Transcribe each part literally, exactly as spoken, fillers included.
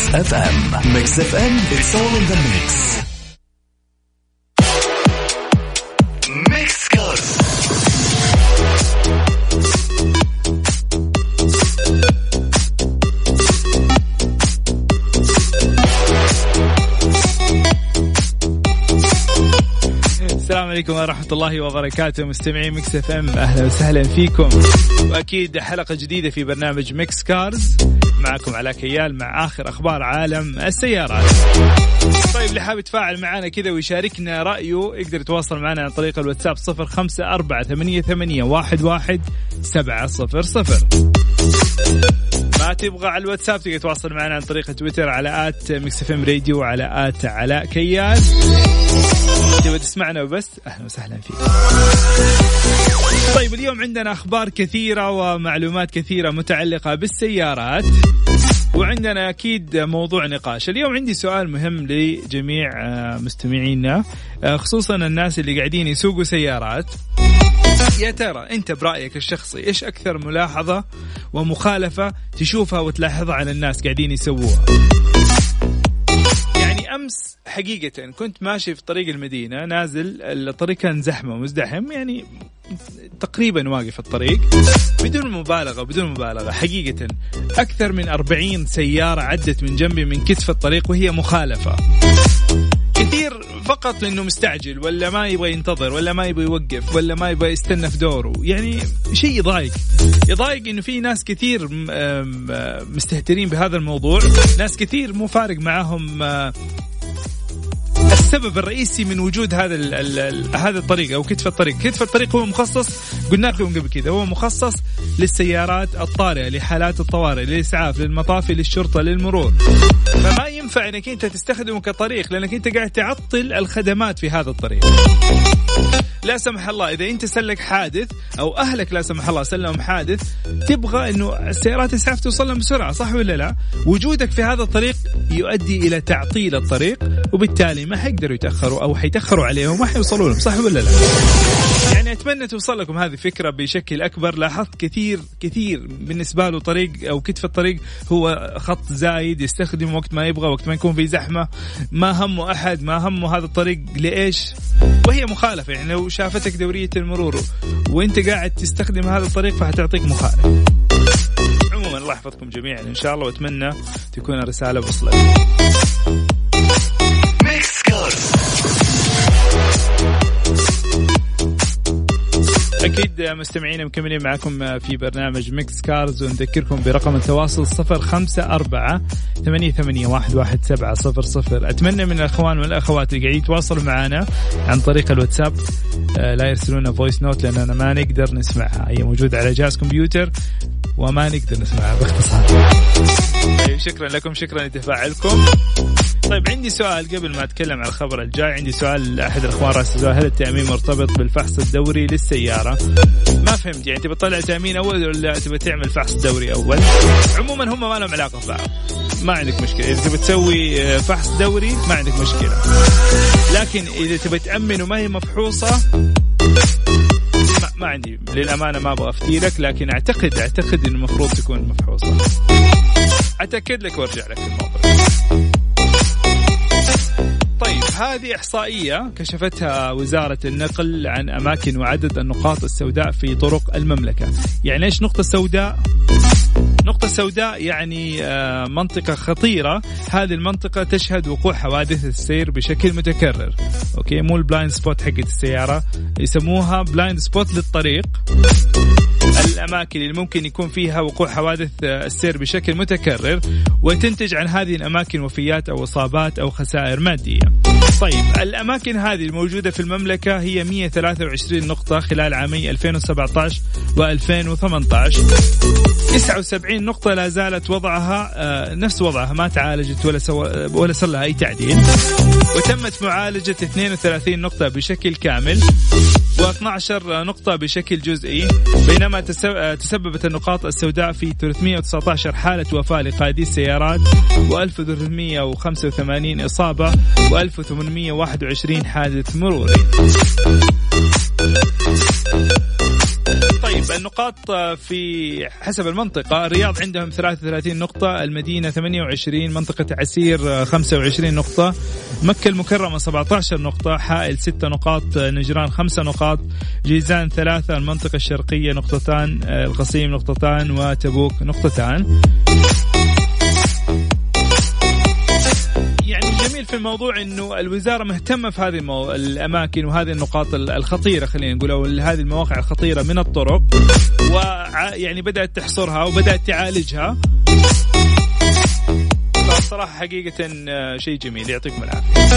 اف ام. ميكس اف ام it's all in the mix. ميكس كارز. السلام عليكم ورحمة الله وبركاته مستمعين ميكس اف ام، أهلا وسهلا فيكم، وأكيد حلقة جديدة في برنامج ميكس كارز. معكم علاء كيال مع آخر أخبار عالم السيارات. طيب اللي حاب يتفاعل معنا كذا ويشاركنا رأيه يقدر يتواصل معنا عن طريق الواتساب صفر خمسة أربعة ثمانية ثمانية واحد واحد سبعة صفر صفر. ما تبغى على الواتساب تقدر تتواصل معنا عن طريق تويتر على آت ميكس اف ام راديو وعلى آت علاء كيال. تبغى تسمعنا وبس أهلا وسهلا فيك. طيب اليوم عندنا أخبار كثيرة ومعلومات كثيرة متعلقة بالسيارات، وعندنا أكيد موضوع نقاش. اليوم عندي سؤال مهم لجميع مستمعينا، خصوصا الناس اللي قاعدين يسوقوا سيارات. يا ترى أنت برأيك الشخصي إيش أكثر ملاحظة ومخالفة تشوفها وتلاحظها على الناس قاعدين يسووها؟ يعني أمس حقيقة كنت ماشي في طريق المدينة، نازل الطريق كان زحمة ومزدحم، يعني تقريبا واقف الطريق بدون مبالغة بدون مبالغة حقيقة أكثر من أربعين سيارة عدت من جنبي من كتف الطريق وهي مخالفة. كثير فقط لأنه مستعجل ولا ما يبغى ينتظر ولا ما يبغى يوقف ولا ما يبغى يستنى في دوره، يعني شيء يضايق يضايق إنه في ناس كثير مستهترين بهذا الموضوع، ناس كثير مو فارق معهم السبب الرئيسي من وجود هذا ال ال ال هذا الطريق أو كتف الطريق. كتف الطريق هو مخصص، قلنا لكم قبل كده، هو مخصص للسيارات الطارئة، لحالات الطوارئ، للإسعاف، للمطافي، للشرطة، للمرور. فما ينفع أنك أنت تستخدمه كطريق لأنك أنت قاعد تعطل الخدمات في هذا الطريق. لا سمح الله إذا أنت سلك حادث أو أهلك لا سمح الله سلهم حادث، تبغى أنه السيارات الإسعاف توصل لهم بسرعة، صح ولا لا؟ وجودك في هذا الطريق يؤدي إلى تعطيل الطريق، وبالتالي ما حيقدروا يتأخروا أو حيتأخروا عليهم وما حيوصلوا لهم، صح ولا لا؟ يعني أتمنى توصل لكم هذه فكرة بشكل أكبر. لاحظت كثير كثير بالنسبة له طريق أو كتف الطريق هو خط زايد، يستخدم وقت ما يبغى، وقت ما يكون في زحمة، ما همه أحد، ما همه هذا الطريق لإيش، وهي مخالفة. يعني لو شافتك دورية المرور وانت قاعد تستخدم هذا الطريق فهتعطيك مخالف. عموما الله يحفظكم جميعا إن شاء الله، وأتمنى تكون الرسالة وصلت. أكيد مستمعين مكملين معكم في برنامج ميكس كارز، ونذكركم برقم التواصل صفر خمسة أربعة ثمانية ثمانية واحد واحد سبعة صفر صفر. أتمنى من الأخوان والأخوات اللي قاعدين يتواصلوا معنا عن طريق الواتساب لا يرسلون فويس نوت، لأننا ما نقدر نسمعها، هي موجودة على جهاز كمبيوتر وما نقدر نسمعها باختصار. طيب شكرا لكم، شكرا لتفاعلكم. طيب عندي سؤال قبل ما أتكلم عن الخبر الجاي، عندي سؤال لأحد الأخوان راسل: هل التأمين مرتبط بالفحص الدوري للسيارة؟ ما فهمت، يعني تبي تطلع تأمين أول ولا تبي تعمل فحص دوري أول؟ عموما هم ما لهم علاقة ببعض، ما عندك مشكلة. إذا تبي تسوي فحص دوري ما عندك مشكلة، لكن إذا تبي تأمن وما هي مفحوصة ما, ما عندي للأمانة، ما أبغى أفتيلك، لكن أعتقد أعتقد إنه المفروض تكون مفحوصة. أتأكد لك وارجع لك الموضوع. طيب هذه إحصائية كشفتها وزارة النقل عن أماكن وعدد النقاط السوداء في طرق المملكة. يعني إيش نقطة سوداء؟ نقطة سوداء يعني منطقة خطيرة، هذه المنطقة تشهد وقوع حوادث السير بشكل متكرر. أوكي، مو البلايند سبوت حقت السيارة، يسموها بلايند سبوت للطريق، الأماكن اللي ممكن يكون فيها وقوع حوادث السير بشكل متكرر، وتنتج عن هذه الأماكن وفيات أو إصابات أو خسائر مادية. طيب الأماكن هذه الموجودة في المملكة هي مئة وثلاثة وعشرين نقطة خلال عامي ألفين وسبعة عشر وألفين وثمانية عشر. تسعة وسبعين نقطة لا زالت وضعها آه نفس وضعها، ما تعالجت ولا سو... ولا صار لها أي تعديل، وتمت معالجة اثنين وثلاثين نقطة بشكل كامل واثني عشر نقطة بشكل جزئي، بينما تسببت النقاط السوداء في ثلاثمئة وتسعة عشر حالة وفاة لقائدي السيارات وألف وثلاثمئة وخمسة وثمانين إصابة وألف وثمانمئة وواحد وعشرين حادث مروري. طيب طيب النقاط في حسب المنطقة، الرياض عندهم ثلاثة وثلاثين نقطة، المدينة ثمانية وعشرين، منطقة عسير خمسة وعشرين نقطة، مكة المكرمة سبعة عشر نقطة، حائل ستة نقاط، نجران خمسة نقاط، جيزان ثلاثة، المنطقة الشرقية نقطتان، القصيم نقطتان، وتبوك نقطتان. يعني الجميل في الموضوع انه الوزارة مهتمة في هذه المو... الاماكن وهذه النقاط الخطيرة، خلينا نقول، او هذه المواقع الخطيرة من الطرق، ويعني بدأت تحصرها وبدأت تعالجها. فالصراحة حقيقة شيء جميل، يعطيكم العافية.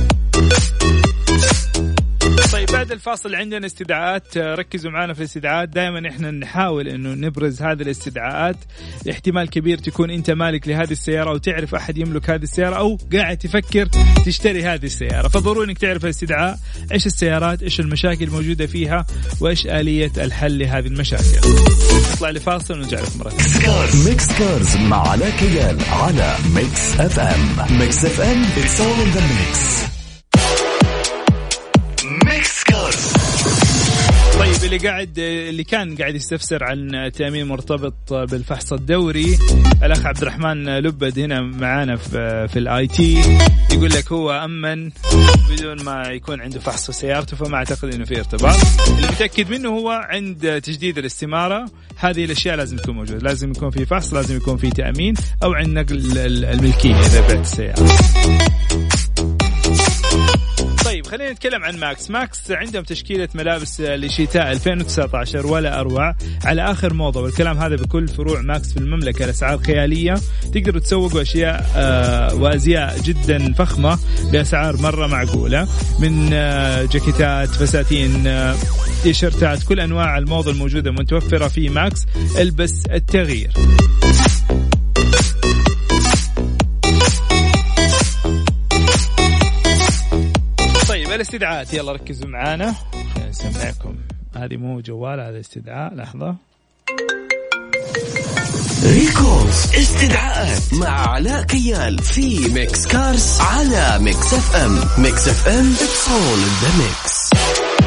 طيب بعد الفاصل عندنا استدعاءات، ركزوا معنا في الاستدعاءات. دائما احنا نحاول انه نبرز هذه الاستدعاءات. احتمال كبير تكون انت مالك لهذه السيارة او تعرف احد يملك هذه السيارة او قاعد تفكر تشتري هذه السيارة، فضروري انك تعرف الاستدعاء، ايش السيارات، ايش المشاكل الموجودة فيها، وايش آلية الحل لهذه المشاكل. نطلع لفاصل ونرجع لكم مرة ثانية. ميكس كارز مع علاء كيال على ميكس اف ام. ميكس اف ام it's all in the mix. طيب اللي قاعد اللي كان قاعد يستفسر عن تأمين مرتبط بالفحص الدوري، الأخ عبد الرحمن لبد هنا معانا في في الاي تي، يقول لك هو أمن بدون ما يكون عنده فحص في سيارته، فما أعتقد إنه في ارتباط. اللي متأكد منه هو عند تجديد الاستمارة، هذه الأشياء لازم تكون موجودة، لازم يكون في فحص، لازم يكون في تأمين، أو عند نقل الملكية إذا بعت السيارة. طيب خلينا نتكلم عن ماكس. ماكس عندهم تشكيلة ملابس لشتاء ألفين وتسعة عشر ولا أروع، على آخر موضة، والكلام هذا بكل فروع ماكس في المملكة. الأسعار خيالية، تقدروا تسوقوا أشياء آه وأزياء جدا فخمة بأسعار مرة معقولة، من آه جاكيتات، فساتين، آه تيشرتات، كل أنواع الموضة الموجودة متوفرة في ماكس. البس التغيير. الاستدعاءات، يلا ركزوا معانا، خلينا نسمعكم. هذه مو جوال، هذا استدعاء. لحظة. ريكولز استدعاءات مع علاء كيال في ميكس كارز على ميكس اف ام. ميكس اف ام it's all in the mix.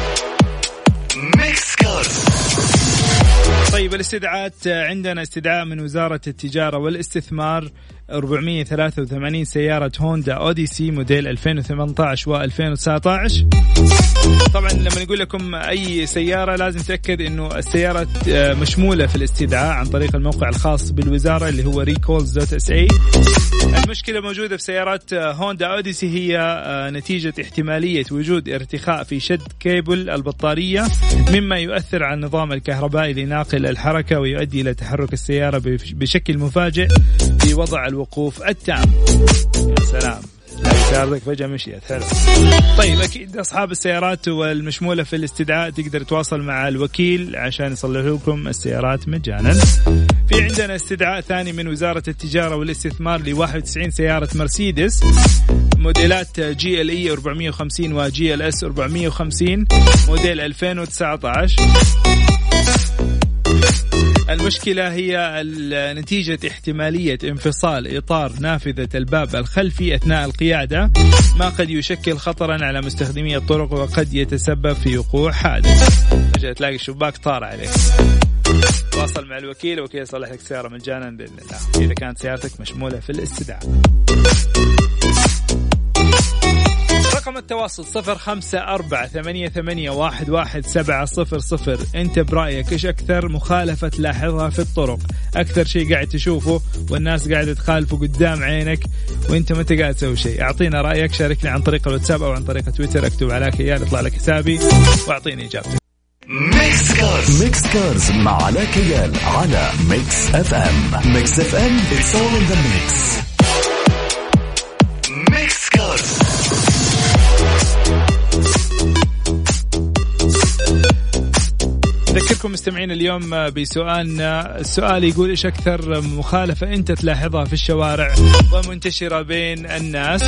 ميكس كارز. طيب الاستدعاءات عندنا استدعاء من وزارة التجارة والاستثمار، أربعمية وثلاثة وثمانين سيارة هوندا أوديسي موديل ألفين وثمانية عشر وألفين وتسعة عشر. طبعا لما نقول لكم أي سيارة لازم تأكد إنه السيارة مشمولة في الاستدعاء عن طريق الموقع الخاص بالوزارة اللي هو ريكولز دوت اس اي. المشكلة موجودة في سيارات هوندا أوديسي هي نتيجة احتمالية وجود ارتخاء في شد كيبل البطارية، مما يؤثر على النظام الكهربائي لناقل الحركة ويؤدي إلى تحرك السيارة بشكل مفاجئ في وضع الوقوف التام. يا سلام، سيارتك فجأة مشيت. حلو. طيب أكيد أصحاب السيارات والمشمولة في الاستدعاء تقدر تواصل مع الوكيل عشان يصلح لكم السيارات مجانا. في عندنا استدعاء ثاني من وزارة التجارة والاستثمار ل واحد وتسعين سيارة مرسيدس موديلات جي ال اي أربعمية وخمسين وجي ال اس أربعمية وخمسين موديل ألفين وتسعة عشر. المشكلة هي نتيجة احتمالية انفصال إطار نافذة الباب الخلفي أثناء القيادة، ما قد يشكل خطرا على مستخدمي الطرق وقد يتسبب في وقوع حادث. فجأة تلاقي الشباك طار عليك. تواصل مع الوكيل، وكيل يصلح لك سيارة مجانا بإذن الله إذا كانت سيارتك مشمولة في الاستدعاء. رقم التواصل صفر خمسة أربعة ثمانية ثمانية واحد واحد سبعة صفر صفر. انت برأيك ايش اكثر مخالفة تلاحظها في الطرق؟ اكثر شيء قاعد تشوفه والناس قاعدة تخالفه قدام عينك وانت ما انت قاعد تسوي شيء؟ اعطينا رأيك، شاركني عن طريق الواتساب او عن طريق تويتر، اكتب علاء كيال يطلع لك حسابي واعطيني اجابتك. ميكس كارز. ميكس كارز مع علاء كيال على ميكس اف ام. ميكس اف ام it's all in the mix. ميكس كارز. أذكركم مستمعين اليوم بسؤالنا. السؤال يقول إيش أكثر مخالفة أنت تلاحظها في الشوارع ومنتشرة بين الناس؟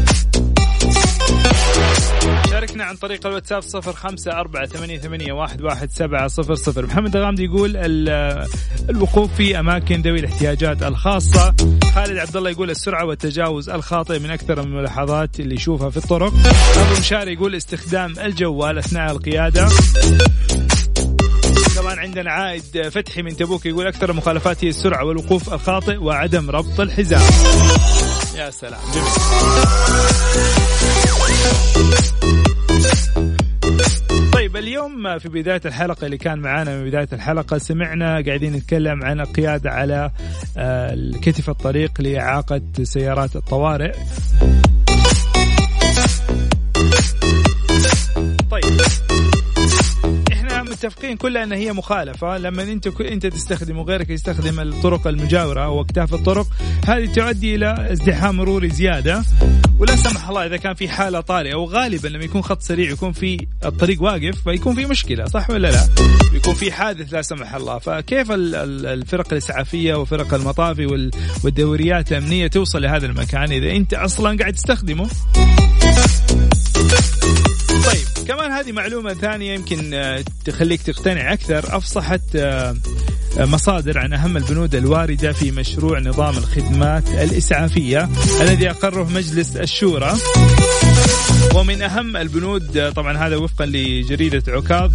شاركنا عن طريق الواتساب صفر خمسة أربعة ثمانية ثمانية واحد واحد سبعة صفر صفر. محمد الغامدي يقول الوقوف في أماكن ذوي الاحتياجات الخاصة. خالد عبد الله يقول السرعة والتجاوز الخاطئ من أكثر الملاحظات اللي يشوفها في الطرق. أبو مشاري يقول استخدام الجوال أثناء القيادة. طبعا عندنا عائد فتحي من تبوك يقول أكثر المخالفات هي السرعة والوقوف الخاطئ وعدم ربط الحزام. يا سلام جميل. طيب اليوم في بداية الحلقة اللي كان معانا من بداية الحلقة سمعنا قاعدين نتكلم عن القيادة على كتف الطريق لإعاقة سيارات الطوارئ. طيب احنا متفقين كلها ان هي مخالفة لما انت انت تستخدم وغيرك يستخدم الطرق المجاورة او اكتاف الطرق، هذه تؤدي الى ازدحام مروري زيادة، ولا سمح الله اذا كان في حالة طارئة وغالبا لما يكون خط سريع يكون في الطريق واقف فيكون في مشكلة، صح ولا لا؟ يكون في حادث لا سمح الله. فكيف الفرق الإسعافية وفرق المطافي والدوريات الأمنية توصل لهذا المكان إذا أنت أصلا قاعد تستخدمه؟ طيب كمان هذه معلومة ثانية يمكن تخليك تقتنع أكثر. أفصحت مصادر عن أهم البنود الواردة في مشروع نظام الخدمات الإسعافية الذي أقره مجلس الشورى، ومن أهم البنود طبعا هذا وفقا لجريدة عكاظ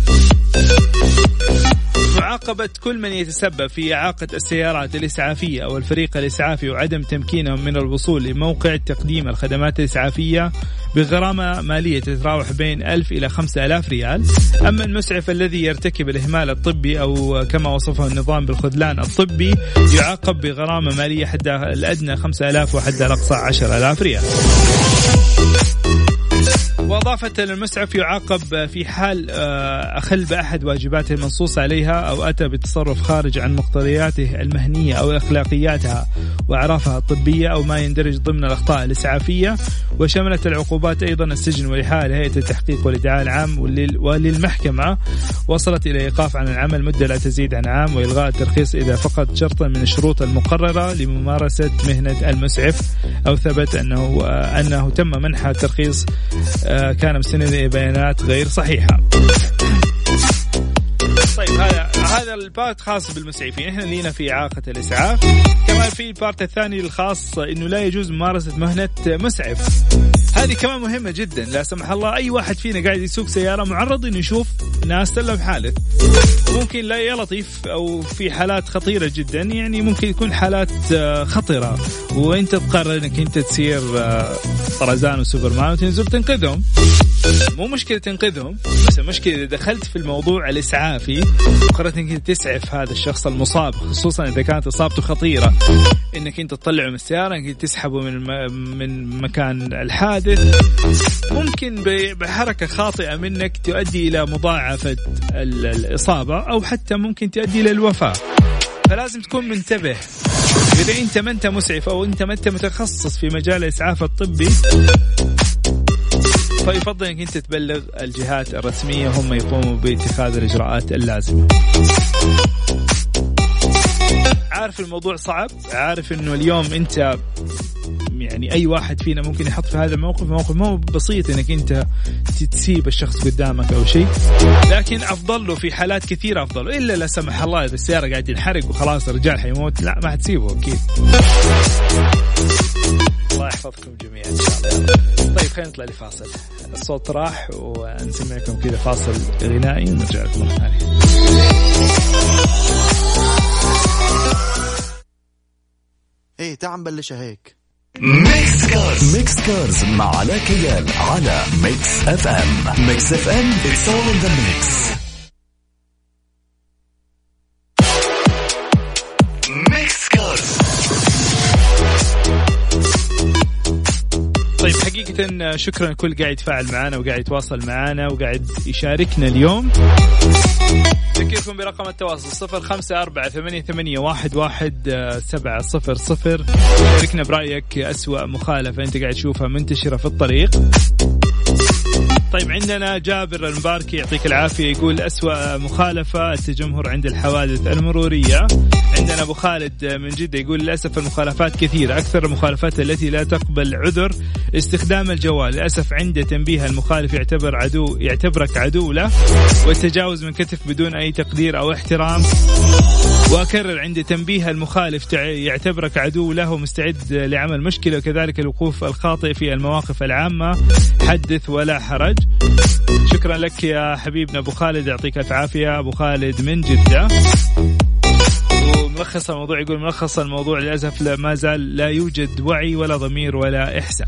معاقبة كل من يتسبب في إعاقة السيارات الإسعافية أو الفريق الإسعافي وعدم تمكينهم من الوصول لموقع تقديم الخدمات الإسعافية بغرامة مالية تتراوح بين ألف إلى خمسة آلاف ريال. أما المسعف الذي يرتكب الإهمال الطبي أو كما وصفه النظام بالخذلان الطبي يعاقب بغرامة مالية حدها الأدنى خمسة آلاف وحدها الأقصى عشرة آلاف ريال. وأضافت المسعف يعاقب في حال أخل بأحد واجباته المنصوص عليها أو أتى بتصرف خارج عن مقتضياته المهنية أو أخلاقياتها وأعرافها الطبية أو ما يندرج ضمن الأخطاء الإسعافية. وشملت العقوبات أيضا السجن والإحالة هيئة التحقيق والإدعاء العام، وللمحكمة وصلت إلى إيقاف عن العمل مدة لا تزيد عن عام وإلغاء الترخيص إذا فقد شرطا من الشروط المقررة لممارسة مهنة المسعف أو ثبت أنه أنه تم منح الترخيص كان مستند بيانات غير صحيحة. طيب هذا هذا البارت خاص بالمسعفين، احنا لينا في إعاقة الإسعاف. كمان في البارت الثاني الخاص إنه لا يجوز ممارسة مهنة مسعف، هذه كمان مهمة جدا. لا سمح الله أي واحد فينا قاعد يسوق سيارة معرض إنه يشوف ناس تلف حادث، ممكن لا يلطيف أو في حالات خطيرة جدا، يعني ممكن يكون حالات خطرة وأنت تقرر إنك أنت تصير طرزان وسوبرمان وتنزل تنقذهم. مو مشكلة تنقذهم، بس المشكلة إذا دخلت في الموضوع الإسعافي وقررت إنك أنت تسعف هذا الشخص المصاب، خصوصا إذا كانت إصابته خطيرة، إنك أنت تطلعه من السيارة، إنك تسحبه من من مكان الحادث، ممكن بحركة خاطئة منك تؤدي إلى مضاعفة الإصابة أو حتى ممكن تؤدي إلى الوفاة. فلازم تكون منتبه. إذا أنت ما أنت مسعف أو أنت ما أنت متخصص في مجال الإسعاف الطبي فيفضل أنك أنت تبلغ الجهات الرسمية، هم يقوموا باتخاذ الإجراءات اللازمة. عارف الموضوع صعب، عارف إنه اليوم أنت يعني أي واحد فينا ممكن يحط في هذا الموقف، موقف مو بسيط إنك أنت تسيب الشخص قدامك أو شيء، لكن أفضل له في حالات كثيرة أفضل له. إلا لا سمح الله إذا السيارة قاعد ينحرق وخلاص الرجال حيموت، لا ما حتسيبه أكيد. الله يحفظكم جميعا إن شاء الله. طيب خلينا نطلع لفاصل، الصوت راح ونسمعكم كذا فاصل غنائي ونرجع لكم مرة ثانية. ايه تعال نبلشها هيك. ميكس كارز ميكس كارز مع علاء كيال على ميكس اف ام. ميكس اف ام it's all in the mix. ميكس كارز. طيب حقيقة شكرا لكل قاعد يتفاعل معنا وقاعد يتواصل معنا وقاعد يشاركنا اليوم. ذكركم برقم التواصل صفر خمسة أربعة ثمانية ثمانية واحد واحد سبعة صفر صفر. شاركنا برأيك أسوأ مخالفة أنت قاعد تشوفها منتشرة في الطريق. طيب عندنا جابر المباركي يعطيك العافية يقول أسوأ مخالفة التجمهر عند الحوادث المرورية. عندنا أبو خالد من جدة يقول للأسف المخالفات كثيرة، أكثر المخالفات التي لا تقبل عذر استخدام الجوال. للأسف عند تنبيه المخالف يعتبر عدو يعتبرك عدو له، والتجاوز من كتف بدون أي تقدير أو احترام وأكرر عند تنبيه المخالف يعتبرك عدو له مستعد لعمل مشكلة، وكذلك الوقوف الخاطئ في المواقف العامة. حدث ولا حرج. شكرا لك يا حبيبنا أبو خالد، يعطيك ألف عافية أبو خالد من جدة. وملخص الموضوع يقول ملخص الموضوع للأسف ما زال لا يوجد وعي ولا ضمير ولا إحساس.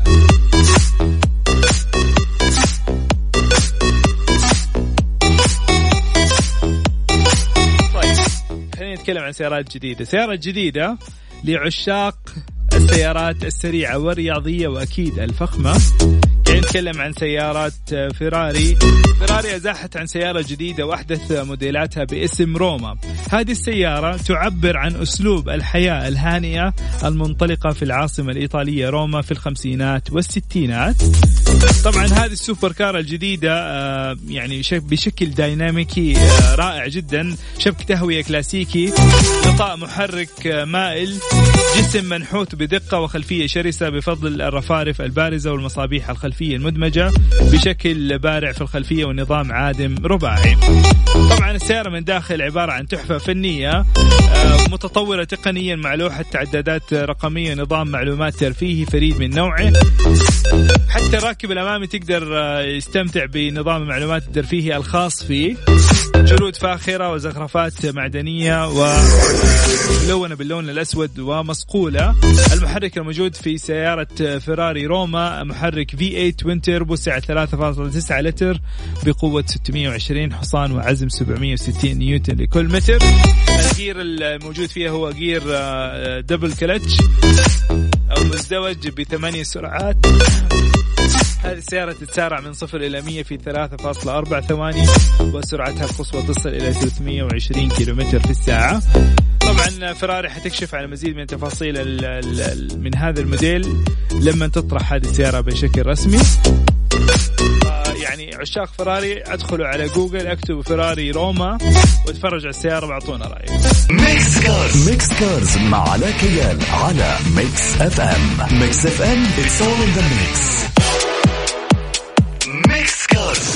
طيب خلينا نتكلم عن سيارات جديدة. سيارة جديدة لعشاق السيارات السريعة والرياضية وأكيد الفخمة. نتكلم عن سيارات فيراري. فيراري أزاحت عن سيارة جديدة وأحدث موديلاتها باسم روما. هذه السيارة تعبر عن أسلوب الحياة الهانئة المنطلقة في العاصمة الإيطالية روما في الخمسينات والستينات. طبعا هذه السوبر كار الجديدة يعني بشكل ديناميكي رائع جدا، شبك تهوية كلاسيكي، غطاء محرك مائل، جسم منحوت بدقة، وخلفية شرسة بفضل الرفارف البارزة والمصابيح الخلفية المدمجة بشكل بارع في الخلفية، والنظام عادم رباعي. طبعا السيارة من داخل عبارة عن تحفة فنية متطورة تقنيا مع لوحة تعدادات رقمية، نظام معلومات ترفيهي فريد من نوعه. حتى الراكب الأمامي تقدر يستمتع بنظام المعلومات الترفيهي الخاص فيه، جلود فاخرة وزخرفات معدنية وملونة باللون الأسود ومصقولة. المحرك الموجود في سيارة فيراري روما محرك في ثمانية توين تيربو، سعة ثلاثة فاصلة تسعة لتر بقوة ستمائة وعشرين حصان وعزم سبعمائة وستين نيوتن لكل متر. الجير الموجود فيها هو جير دبل كلتش أو مزدوج بثمانية سرعات. هذه السيارة تتسارع من صفر إلى مية في ثلاثة فاصلة أربعة ثواني، وسرعتها القصوى تصل إلى ثلاثمائة وعشرين كيلومتر في الساعة. طبعا فيراري حتكشف على مزيد من تفاصيل ال ال من هذا الموديل لما تطرح هذه السيارة بشكل رسمي. يعني عشاق فيراري ادخلوا على جوجل اكتبوا فيراري روما واتفرج على السيارة واعطونا رأيكم. ميكس كارز ميكس كارز مع علاء كيال على ميكس اف ام. ميكس اف ام it's all in the mix. ميكس كارز.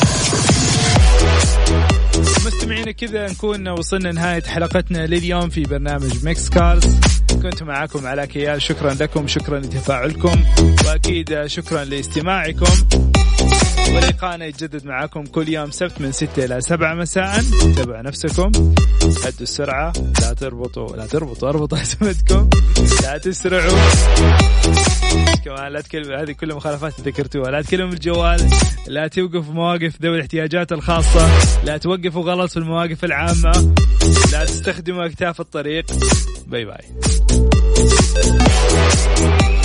مستمعين كذا نكون وصلنا نهاية حلقتنا لليوم في برنامج ميكس كارز. كنت معاكم علاء كيال، شكرا لكم، شكرا لتفاعلكم، وأكيد شكرا لاستماعكم. ولقاءنا يتجدد معاكم كل يوم سبت من ستة إلى سبعة مساء. تابعوا نفسكم، هدوا السرعة، لا تربطوا لا تربطوا اربطوا أزمتكم، لا تسرعوا كمان، لا تكلموا، هذه كل مخالفات ذكرتوها، لا تكلموا الجوال، لا توقفوا مواقف ذوي الاحتياجات الخاصة، لا توقفوا غلط في المواقف العامة، لا تستخدموا أكتاف الطريق. باي باي.